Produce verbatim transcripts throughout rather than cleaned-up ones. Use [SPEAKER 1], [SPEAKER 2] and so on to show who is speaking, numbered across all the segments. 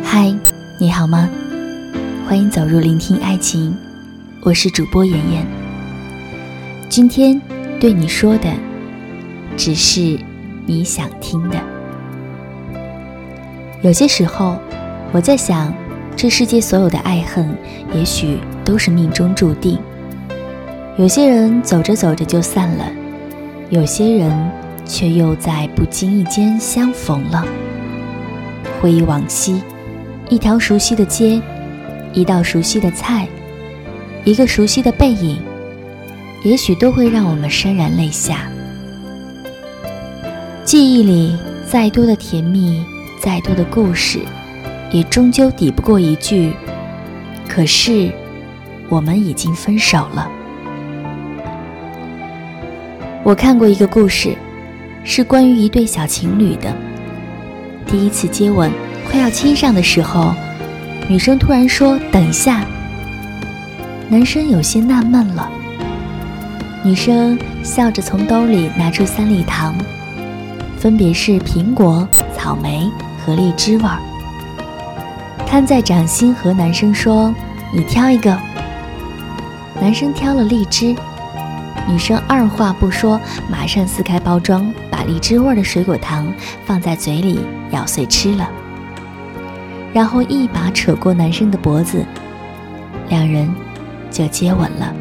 [SPEAKER 1] 嗨，你好吗？欢迎走入聆听爱情，我是主播妍妍。今天对你说的只是你想听的。有些时候我在想，这世界所有的爱恨也许都是命中注定。有些人走着走着就散了，有些人却又在不经意间相逢了。回忆往昔，一条熟悉的街，一道熟悉的菜，一个熟悉的背影，也许都会让我们潸然泪下。记忆里再多的甜蜜，再多的故事，也终究抵不过一句可是我们已经分手了。我看过一个故事，是关于一对小情侣的。第一次接吻快要亲上的时候，女生突然说等一下。男生有些纳闷了。女生笑着从兜里拿出三粒糖，分别是苹果、草莓和荔枝味儿，摊在掌心和男生说，你挑一个。男生挑了荔枝，女生二话不说，马上撕开包装，把荔枝味的水果糖放在嘴里咬碎吃了，然后一把扯过男生的脖子，两人就接吻了。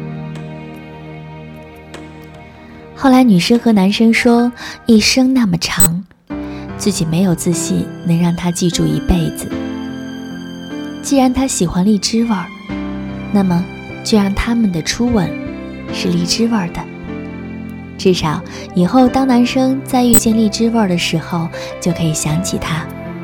[SPEAKER 1] 后来女生和男生说，一生那么长，自己没有自信能让他记住一辈子。既然他喜欢荔枝味儿，那么就让他们的初吻是荔枝味儿的，至少以后当男生在遇见荔枝味儿的时候，就可以想起他。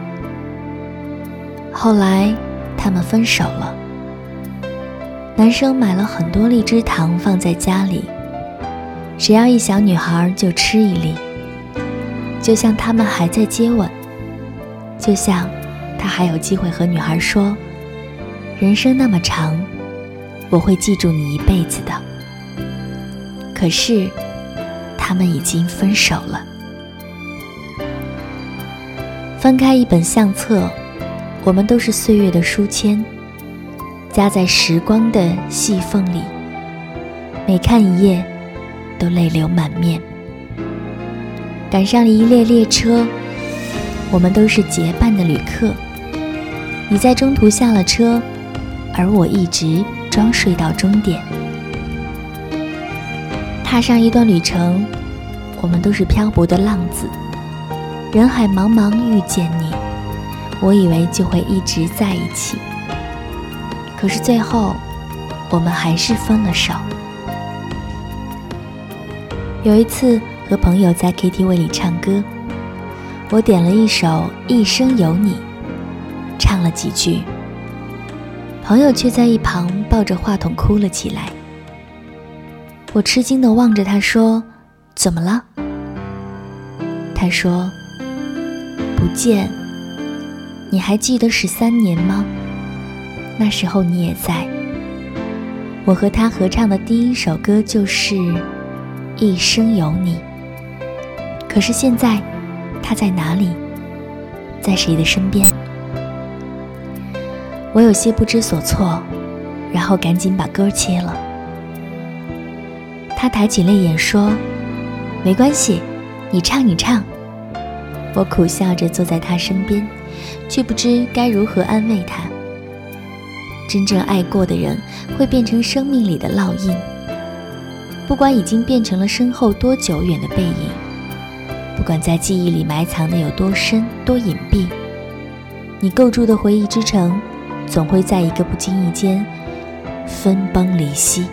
[SPEAKER 1] 后来他们分手了，男生买了很多荔枝糖放在家里，只要一小女孩就吃一粒，就像他们还在接吻，就像他还有机会和女孩说，人生那么长，我会记住你一辈子的。可是他们已经分手了。翻开一本相册，我们都是岁月的书签，夹在时光的细缝里，每看一页都泪流满面。赶上了一列列车，我们都是结伴的旅客，你在中途下了车，而我一直装睡到终点。踏上一段旅程，我们都是漂泊的浪子，人海茫茫遇见你，我以为就会一直在一起，可是最后我们还是分了手。有一次和朋友在 K T V 里唱歌，我点了一首《一生有你》，唱了几句，朋友却在一旁抱着话筒哭了起来。我吃惊地望着他说，怎么了？他说，不见，你还记得十三年吗？那时候你也在。我和他合唱的第一首歌就是《一生有你》，可是现在他在哪里？在谁的身边？我有些不知所措，然后赶紧把歌切了。他抬起泪眼说，没关系，你唱你唱。我苦笑着坐在他身边，却不知该如何安慰他。真正爱过的人会变成生命里的烙印，不管已经变成了身后多久远的背影，不管在记忆里埋藏的有多深多隐蔽，你构筑的回忆之城总会在一个不经意间分崩离析。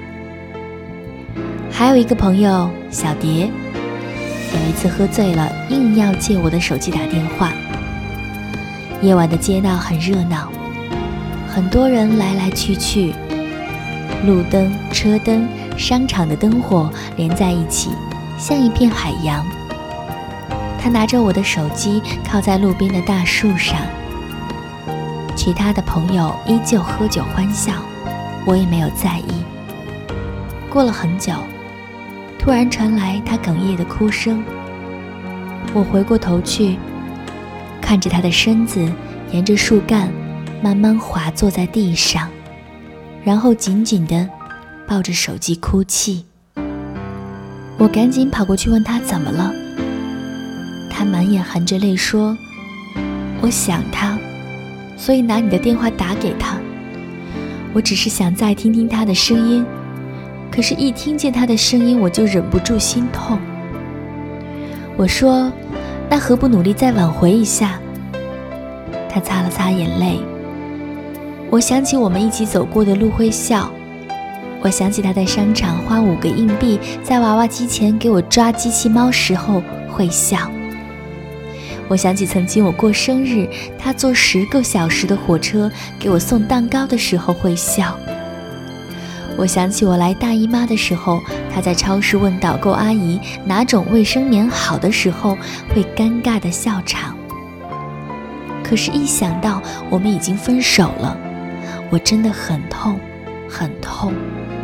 [SPEAKER 1] 还有一个朋友小蝶，有一次喝醉了，硬要借我的手机打电话。夜晚的街道很热闹，很多人来来去去，路灯、车灯、商场的灯火连在一起，像一片海洋。他拿着我的手机靠在路边的大树上，其他的朋友依旧喝酒欢笑，我也没有在意。过了很久，突然传来他哽咽的哭声，我回过头去，看着他的身子沿着树干慢慢滑坐在地上，然后紧紧地抱着手机哭泣。我赶紧跑过去问他怎么了，他满眼含着泪说，我想他，所以拿你的电话打给他。我只是想再听听他的声音，可是一听见他的声音，我就忍不住心痛。我说，那何不努力再挽回一下？他擦了擦眼泪。我想起我们一起走过的路会笑，我想起他在商场花五个硬币在娃娃机前给我抓机器猫时候会笑。我想起曾经我过生日，他坐十个小时的火车给我送蛋糕的时候会笑。我想起我来大姨妈的时候，他在超市问导购阿姨哪种卫生棉好的时候会尴尬的笑场。可是一想到我们已经分手了，我真的很痛很痛。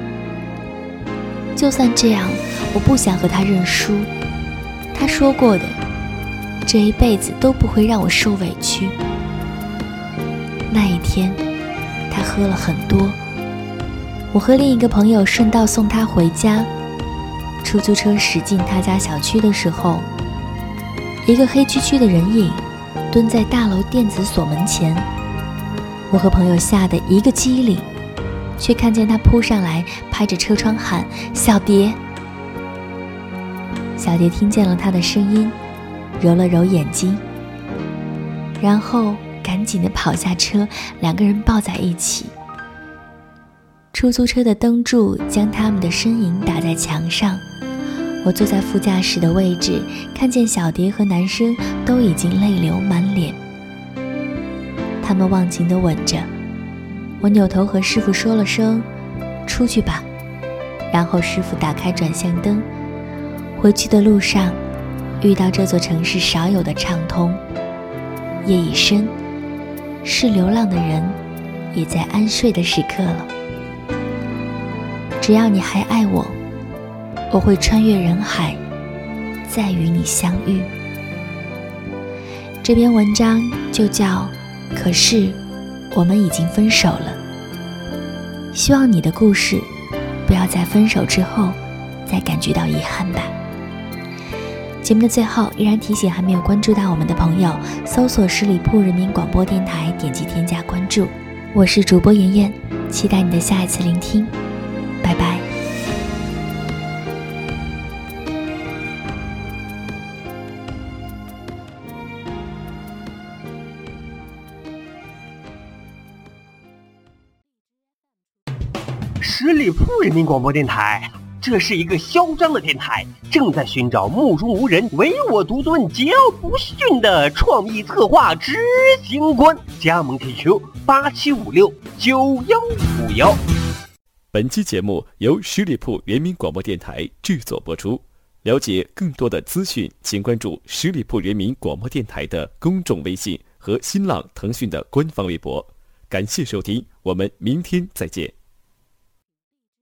[SPEAKER 1] 就算这样，我不想和他认输。他说过的，这一辈子都不会让我受委屈。那一天，他喝了很多。我和另一个朋友顺道送他回家，出租车驶进他家小区的时候，一个黑黢黢的人影蹲在大楼电子锁门前。我和朋友吓得一个机灵，却看见他扑上来拍着车窗喊，小蝶。小蝶听见了他的声音，揉了揉眼睛，然后赶紧地跑下车，两个人抱在一起。出租车的灯柱将他们的身影打在墙上，我坐在副驾驶的位置，看见小蝶和男生都已经泪流满脸。他们忘情地吻着，我扭头和师傅说了声出去吧，然后师傅打开转向灯。回去的路上遇到这座城市少有的畅通，夜已深，是流浪的人也在安睡的时刻了。只要你还爱我，我会穿越人海，再与你相遇。这篇文章就叫可是我们已经分手了。希望你的故事不要在分手之后再感觉到遗憾吧。节目的最后，依然提醒还没有关注到我们的朋友，搜索十里铺人民广播电台，点击添加关注。我是主播妍妍，期待你的下一次聆听。拜拜。
[SPEAKER 2] 十里铺人民广播电台，这是一个嚣张的电台，正在寻找目中无人、唯我独尊、桀骜不驯的创意策划执行官。加盟 Q Q 八七五六九幺五幺。
[SPEAKER 3] 本期节目由十里铺人民广播电台制作播出。了解更多的资讯，请关注十里铺人民广播电台的公众微信和新浪、腾讯的官方微博。感谢收听，我们明天再见。